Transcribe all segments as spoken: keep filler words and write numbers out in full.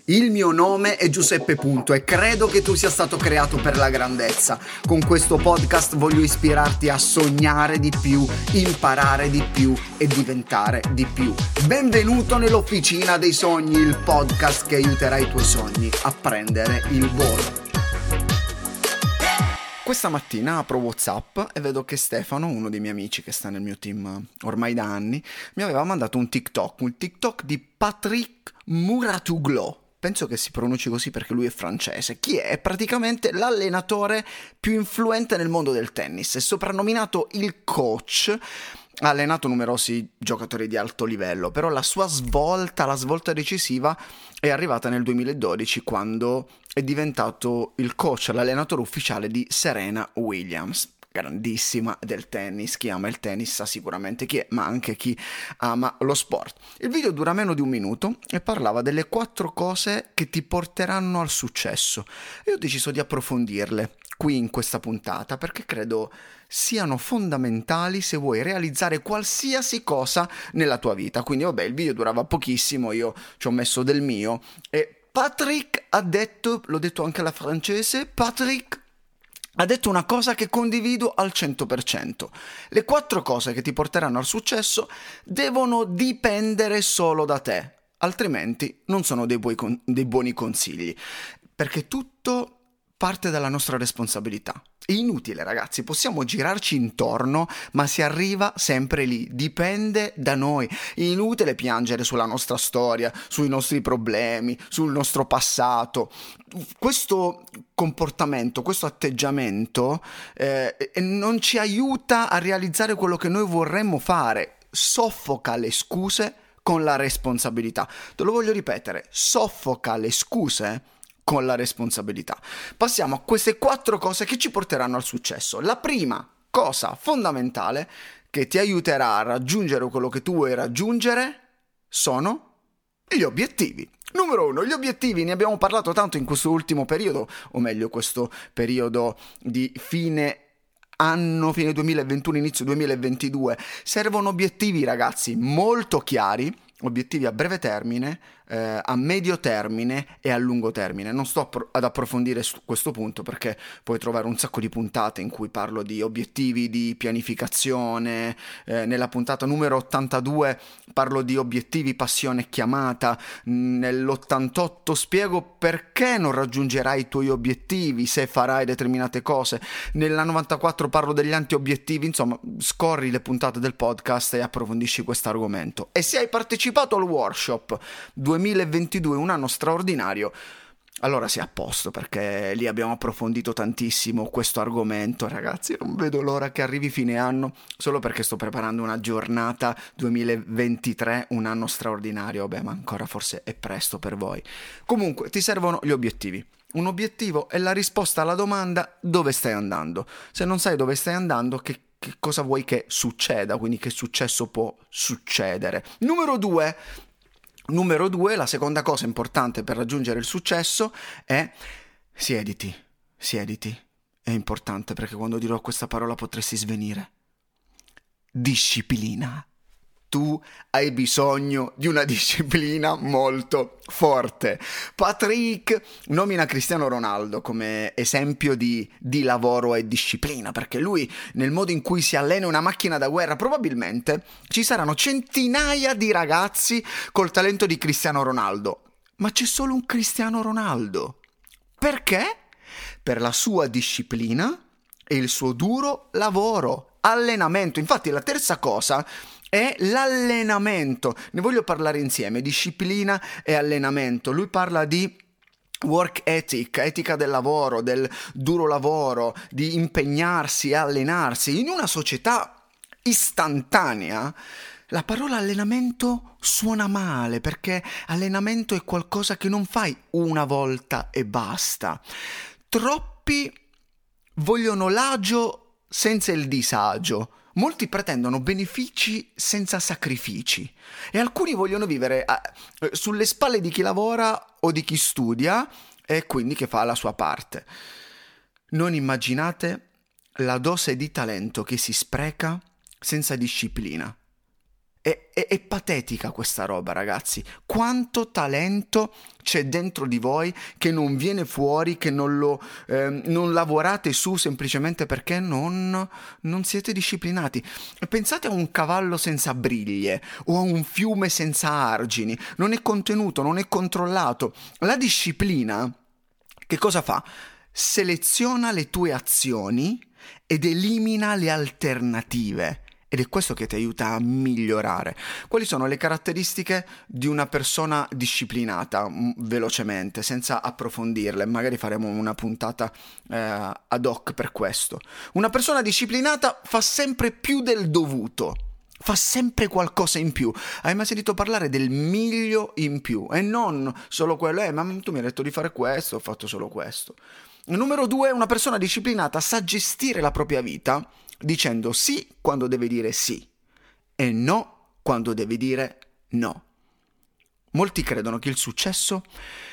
Il mio nome è Giuseppe Punto e credo che tu sia stato creato per la grandezza. Con questo podcast voglio ispirarti a sognare di più, imparare di più e diventare di più. Benvenuto nell'Officina dei Sogni, il podcast che aiuterà i tuoi sogni a prendere il volo. Questa mattina apro WhatsApp e vedo che Stefano, uno dei miei amici che sta nel mio team ormai da anni, mi aveva mandato un TikTok, un TikTok di Patrick Mouratoglou. Penso che si pronunci così perché lui è francese. Chi è? È praticamente l'allenatore più influente nel mondo del tennis. È soprannominato il coach. Ha allenato numerosi giocatori di alto livello, però la sua svolta, la svolta decisiva è arrivata nel duemiladodici, quando è diventato il coach, l'allenatore ufficiale di Serena Williams. Grandissima del tennis, chi ama il tennis sa sicuramente chi è, ma anche chi ama lo sport. Il video dura meno di un minuto e parlava delle quattro cose che ti porteranno al successo. E ho deciso di approfondirle qui in questa puntata perché credo siano fondamentali se vuoi realizzare qualsiasi cosa nella tua vita. Quindi vabbè, il video durava pochissimo, io ci ho messo del mio e Patrick ha detto, l'ho detto anche alla francese, Patrick ha detto una cosa che condivido al cento per cento. Le quattro cose che ti porteranno al successo devono dipendere solo da te, altrimenti non sono dei, buoi con- dei buoni consigli, perché tutto parte dalla nostra responsabilità. È inutile, ragazzi, possiamo girarci intorno, ma si arriva sempre lì, dipende da noi. È inutile piangere sulla nostra storia, sui nostri problemi, sul nostro passato. Questo comportamento, questo atteggiamento eh, non ci aiuta a realizzare quello che noi vorremmo fare, soffoca le scuse con la responsabilità. Te lo voglio ripetere, soffoca le scuse con la responsabilità. Passiamo a queste quattro cose che ci porteranno al successo. La prima cosa fondamentale che ti aiuterà a raggiungere quello che tu vuoi raggiungere sono gli obiettivi. Numero uno, gli obiettivi, ne abbiamo parlato tanto in questo ultimo periodo, o meglio questo periodo di fine anno, fine duemilaventuno, inizio duemilaventidue. Servono obiettivi, ragazzi, molto chiari, obiettivi a breve termine, eh, a medio termine e a lungo termine. Non sto pro- ad approfondire su questo punto perché puoi trovare un sacco di puntate in cui parlo di obiettivi, di pianificazione. Eh, nella puntata numero ottantadue parlo di obiettivi, passione e chiamata. Nell'ottantotto spiego perché non raggiungerai i tuoi obiettivi se farai determinate cose. Nella novantaquattro parlo degli anti-obiettivi. Insomma, scorri le puntate del podcast e approfondisci questo argomento. E se hai partecipato al workshop duemilaventidue, un anno straordinario, allora sei a posto, perché lì abbiamo approfondito tantissimo questo argomento. Ragazzi, non vedo l'ora che arrivi fine anno, solo perché sto preparando una giornata duemilaventitré, un anno straordinario. Beh, ma ancora forse è presto per voi. Comunque, ti servono gli obiettivi. Un obiettivo è la risposta alla domanda: dove stai andando? Se non sai dove stai andando, che, che cosa vuoi che succeda? Quindi che successo può succedere? Numero due. Numero due, la seconda cosa importante per raggiungere il successo è siediti, siediti. È importante perché quando dirò questa parola potresti svenire. Disciplina. Tu hai bisogno di una disciplina molto forte. Patrick nomina Cristiano Ronaldo come esempio di, di lavoro e disciplina, perché lui, nel modo in cui si allena una macchina da guerra, probabilmente ci saranno centinaia di ragazzi col talento di Cristiano Ronaldo. Ma c'è solo un Cristiano Ronaldo. Perché? Per la sua disciplina e il suo duro lavoro, allenamento. Infatti la terza cosa è l'allenamento. Ne voglio parlare insieme, disciplina e allenamento. Lui parla di work ethic, etica del lavoro, del duro lavoro, di impegnarsi e allenarsi. In una società istantanea, la parola allenamento suona male, perché allenamento è qualcosa che non fai una volta e basta. Troppi vogliono l'agio senza il disagio. Molti pretendono benefici senza sacrifici e alcuni vogliono vivere eh, sulle spalle di chi lavora o di chi studia e quindi che fa la sua parte. Non immaginate la dose di talento che si spreca senza disciplina. È, è, è patetica questa roba, ragazzi. Quanto talento c'è dentro di voi che non viene fuori, che non lo eh, non lavorate su semplicemente perché non, non siete disciplinati. Pensate a un cavallo senza briglie o a un fiume senza argini. Non è contenuto, non è controllato. La disciplina che cosa fa? Seleziona le tue azioni ed elimina le alternative. Ed è questo che ti aiuta a migliorare. Quali sono le caratteristiche di una persona disciplinata? M- velocemente, senza approfondirle. Magari faremo una puntata eh, ad hoc per questo. Una persona disciplinata fa sempre più del dovuto. Fa sempre qualcosa in più. Hai mai sentito parlare del miglio in più? E non solo quello, eh, ma tu mi hai detto di fare questo, ho fatto solo questo. Numero due, una persona disciplinata sa gestire la propria vita dicendo sì quando deve dire sì e no quando deve dire no. Molti credono che il successo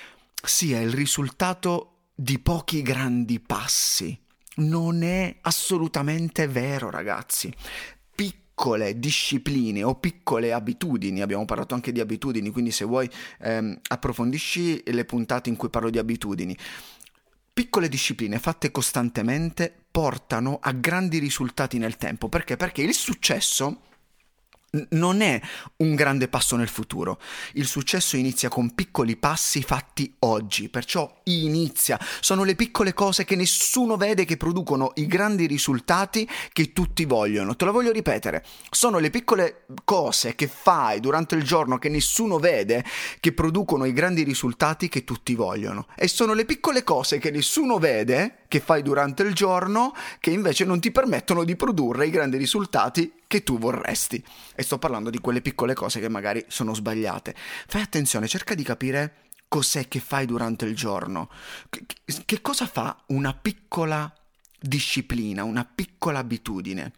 sia il risultato di pochi grandi passi. Non è assolutamente vero, ragazzi. Piccole discipline o piccole abitudini, abbiamo parlato anche di abitudini, quindi se vuoi ehm, approfondisci le puntate in cui parlo di abitudini. Piccole discipline fatte costantemente portano a grandi risultati nel tempo. Perché? Perché il successo n- non è un grande passo nel futuro. Il successo inizia con piccoli passi fatti oggi, perciò inizia. Sono le piccole cose che nessuno vede che producono i grandi risultati che tutti vogliono. Te lo voglio ripetere. Sono le piccole cose che fai durante il giorno che nessuno vede che producono i grandi risultati che tutti vogliono. E sono le piccole cose che nessuno vede che fai durante il giorno che invece non ti permettono di produrre i grandi risultati che tu vorresti. E sto parlando di quelle piccole cose che magari sono sbagliate. Fai attenzione, cerca di capire cos'è che fai durante il giorno. Che, che cosa fa una piccola disciplina, una piccola abitudine?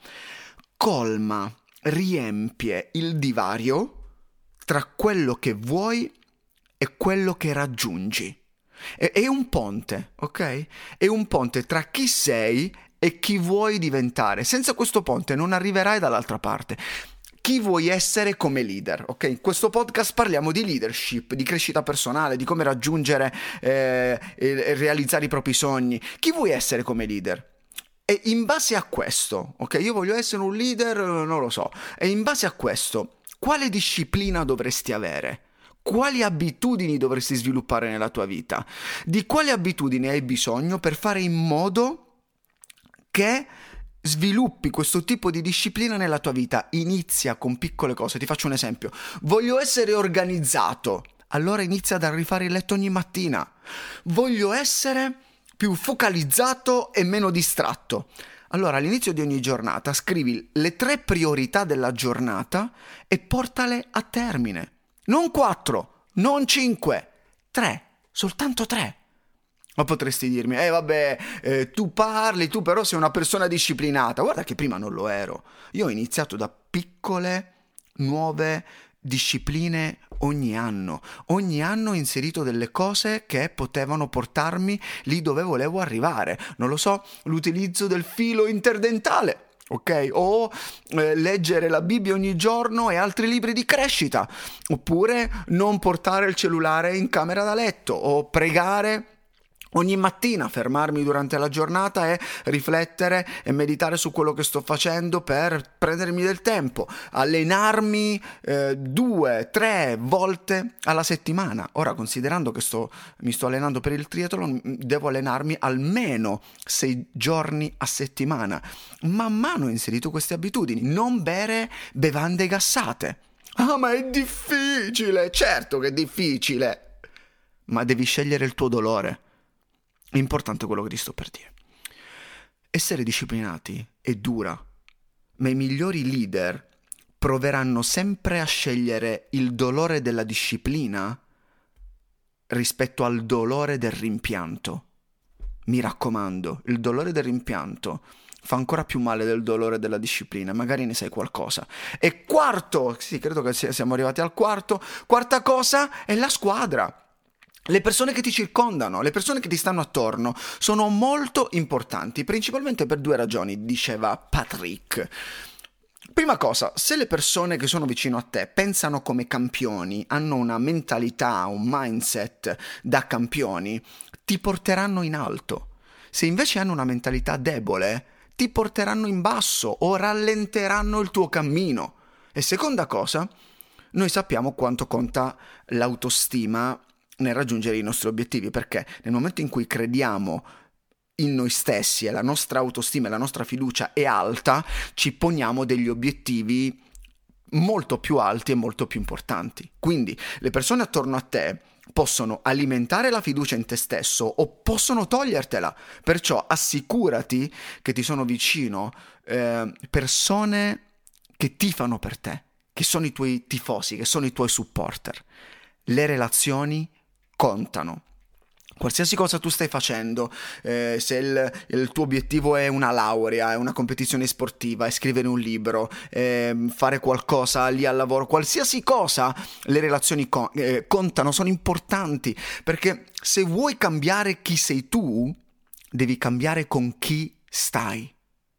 Colma, riempie il divario tra quello che vuoi e quello che raggiungi. È, è un ponte, ok? È un ponte tra chi sei e chi vuoi diventare. Senza questo ponte non arriverai dall'altra parte. Chi vuoi essere come leader, ok? In questo podcast parliamo di leadership, di crescita personale, di come raggiungere eh, e realizzare i propri sogni. Chi vuoi essere come leader? E in base a questo, ok? Io voglio essere un leader, non lo so. E in base a questo, quale disciplina dovresti avere? Quali abitudini dovresti sviluppare nella tua vita? Di quali abitudini hai bisogno per fare in modo che sviluppi questo tipo di disciplina nella tua vita? Inizia con piccole cose. Ti faccio un esempio. Voglio essere organizzato. Allora inizia a rifare il letto ogni mattina. Voglio essere più focalizzato e meno distratto. Allora all'inizio di ogni giornata scrivi le tre priorità della giornata e portale a termine. Non quattro, non cinque, tre, soltanto tre. Ma potresti dirmi, eh vabbè, eh, tu parli, tu però sei una persona disciplinata. Guarda che prima non lo ero. Io ho iniziato da piccole, nuove discipline ogni anno. Ogni anno ho inserito delle cose che potevano portarmi lì dove volevo arrivare. Non lo so, l'utilizzo del filo interdentale. Ok? O eh, leggere la Bibbia ogni giorno e altri libri di crescita, oppure non portare il cellulare in camera da letto, o pregare ogni mattina, fermarmi durante la giornata e riflettere e meditare su quello che sto facendo per prendermi del tempo, allenarmi eh, due, tre volte alla settimana. Ora, considerando che sto, mi sto allenando per il triathlon, devo allenarmi almeno sei giorni a settimana. Man mano ho inserito queste abitudini: non bere bevande gassate. Ah, ma è difficile! Certo che è difficile! Ma devi scegliere il tuo dolore. È importante quello che ti sto per dire. Essere disciplinati è dura, ma i migliori leader proveranno sempre a scegliere il dolore della disciplina rispetto al dolore del rimpianto. Mi raccomando, il dolore del rimpianto fa ancora più male del dolore della disciplina, magari ne sai qualcosa. E quarto, sì, credo che siamo arrivati al quarto, quarta cosa è la squadra. Le persone che ti circondano, le persone che ti stanno attorno sono molto importanti, principalmente per due ragioni, diceva Patrick. Prima cosa, se le persone che sono vicino a te pensano come campioni, hanno una mentalità, un mindset da campioni, ti porteranno in alto. Se invece hanno una mentalità debole, ti porteranno in basso o rallenteranno il tuo cammino. E seconda cosa, noi sappiamo quanto conta l'autostima nel raggiungere i nostri obiettivi, perché nel momento in cui crediamo in noi stessi e la nostra autostima e la nostra fiducia è alta, ci poniamo degli obiettivi molto più alti e molto più importanti. Quindi le persone attorno a te possono alimentare la fiducia in te stesso o possono togliertela, perciò assicurati che ti sono vicino eh, persone che tifano per te, che sono i tuoi tifosi, che sono i tuoi supporter. Le relazioni contano. Qualsiasi cosa tu stai facendo, eh, se il, il tuo obiettivo è una laurea, è una competizione sportiva, è scrivere un libro, eh, fare qualcosa lì al lavoro, qualsiasi cosa, le relazioni co- eh, contano, sono importanti, perché se vuoi cambiare chi sei tu, devi cambiare con chi stai.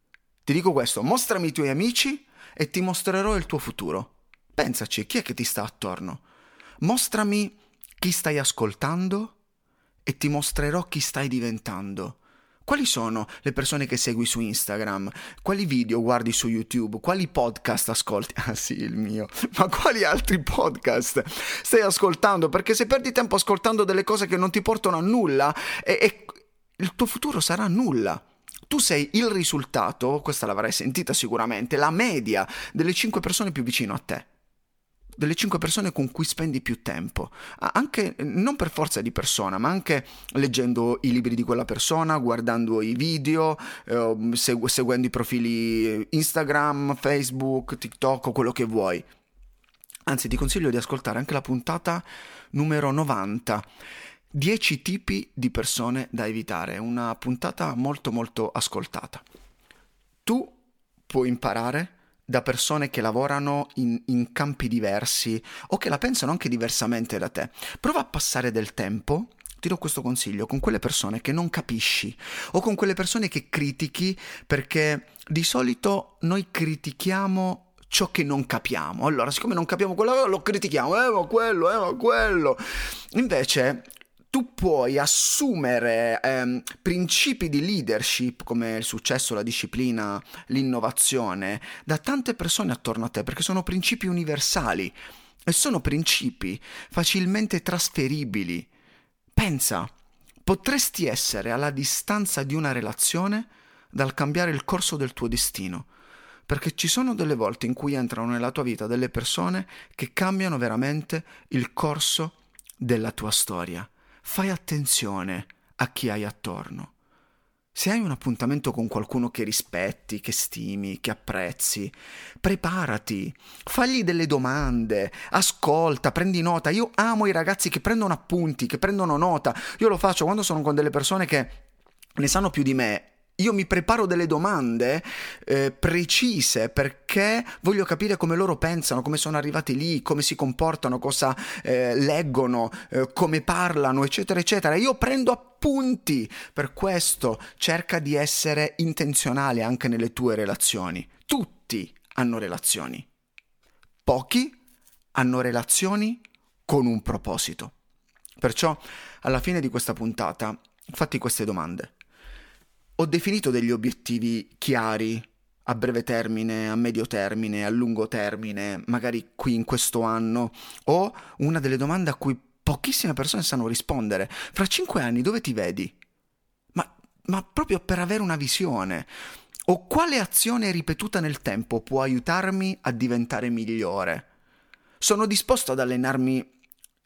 Ti dico questo, mostrami i tuoi amici e ti mostrerò il tuo futuro. Pensaci, chi è che ti sta attorno? Mostrami chi stai ascoltando e ti mostrerò chi stai diventando. Quali sono le persone che segui su Instagram? Quali video guardi su YouTube? Quali podcast ascolti? Ah sì, il mio. Ma quali altri podcast stai ascoltando? Perché se perdi tempo ascoltando delle cose che non ti portano a nulla, e, e il tuo futuro sarà nulla. Tu sei il risultato, questa l'avrai sentita sicuramente, la media delle cinque persone più vicino a te. Delle cinque persone con cui spendi più tempo, anche non per forza di persona, ma anche leggendo i libri di quella persona, guardando i video, eh, segu- seguendo i profili Instagram, Facebook, TikTok o quello che vuoi. Anzi, ti consiglio di ascoltare anche la puntata numero novanta, dieci tipi di persone da evitare, una puntata molto molto ascoltata. Tu puoi imparare da persone che lavorano in, in campi diversi o che la pensano anche diversamente da te. Prova a passare del tempo, ti do questo consiglio, con quelle persone che non capisci o con quelle persone che critichi, perché di solito noi critichiamo ciò che non capiamo. Allora, siccome non capiamo quello, lo critichiamo, eh ma quello, eh ma quello. Invece tu puoi assumere ehm, principi di leadership come il successo, la disciplina, l'innovazione da tante persone attorno a te, perché sono principi universali e sono principi facilmente trasferibili. Pensa, potresti essere alla distanza di una relazione dal cambiare il corso del tuo destino, perché ci sono delle volte in cui entrano nella tua vita delle persone che cambiano veramente il corso della tua storia. Fai attenzione a chi hai attorno. Se hai un appuntamento con qualcuno che rispetti, che stimi, che apprezzi, preparati, fagli delle domande, ascolta, prendi nota. Io amo i ragazzi che prendono appunti, che prendono nota. Io lo faccio quando sono con delle persone che ne sanno più di me. Io mi preparo delle domande eh, precise perché voglio capire come loro pensano, come sono arrivati lì, come si comportano, cosa eh, leggono, eh, come parlano, eccetera, eccetera. Io prendo appunti, per questo cerca di essere intenzionale anche nelle tue relazioni. Tutti hanno relazioni, pochi hanno relazioni con un proposito. Perciò alla fine di questa puntata fatti queste domande. Ho definito degli obiettivi chiari a breve termine, a medio termine, a lungo termine, magari qui in questo anno, o una delle domande a cui pochissime persone sanno rispondere. Fra cinque anni dove ti vedi? Ma, ma proprio per avere una visione. O quale azione ripetuta nel tempo può aiutarmi a diventare migliore? Sono disposto ad allenarmi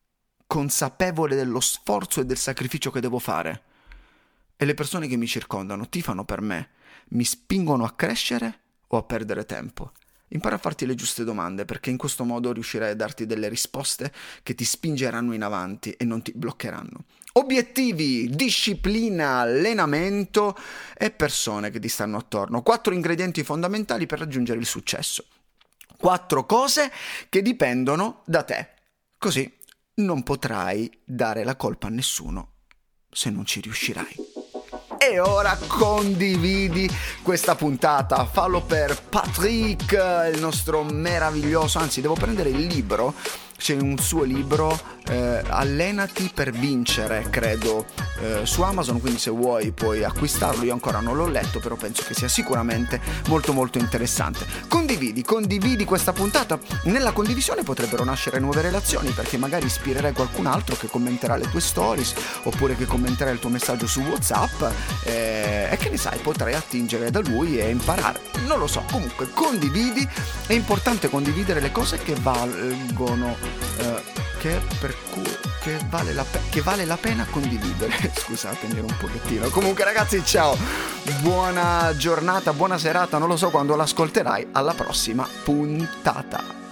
consapevole dello sforzo e del sacrificio che devo fare? E le persone che mi circondano tifano per me, mi spingono a crescere o a perdere tempo? Impara a farti le giuste domande, perché in questo modo riuscirai a darti delle risposte che ti spingeranno in avanti e non ti bloccheranno. Obiettivi, disciplina, allenamento e persone che ti stanno attorno. Quattro ingredienti fondamentali per raggiungere il successo. Quattro cose che dipendono da te. Così non potrai dare la colpa a nessuno se non ci riuscirai. E ora condividi questa puntata, fallo per Patrick, il nostro meraviglioso, anzi devo prendere il libro, c'è un suo libro, eh, Allenati per vincere, credo, eh, su Amazon, quindi se vuoi puoi acquistarlo. Io ancora non l'ho letto, però penso che sia sicuramente molto molto interessante. Condividi, condividi questa puntata, nella condivisione potrebbero nascere nuove relazioni, perché magari ispirerai qualcun altro che commenterà le tue stories, oppure che commenterà il tuo messaggio su WhatsApp, eh, e che ne sai, potrai attingere da lui e imparare, non lo so. Comunque condividi, è importante condividere le cose che valgono, Uh, che per cui che vale la pe- che vale la pena condividere. Scusate, mi ero un pochettino. Comunque ragazzi, ciao, buona giornata, buona serata, non lo so quando l'ascolterai. Alla prossima puntata.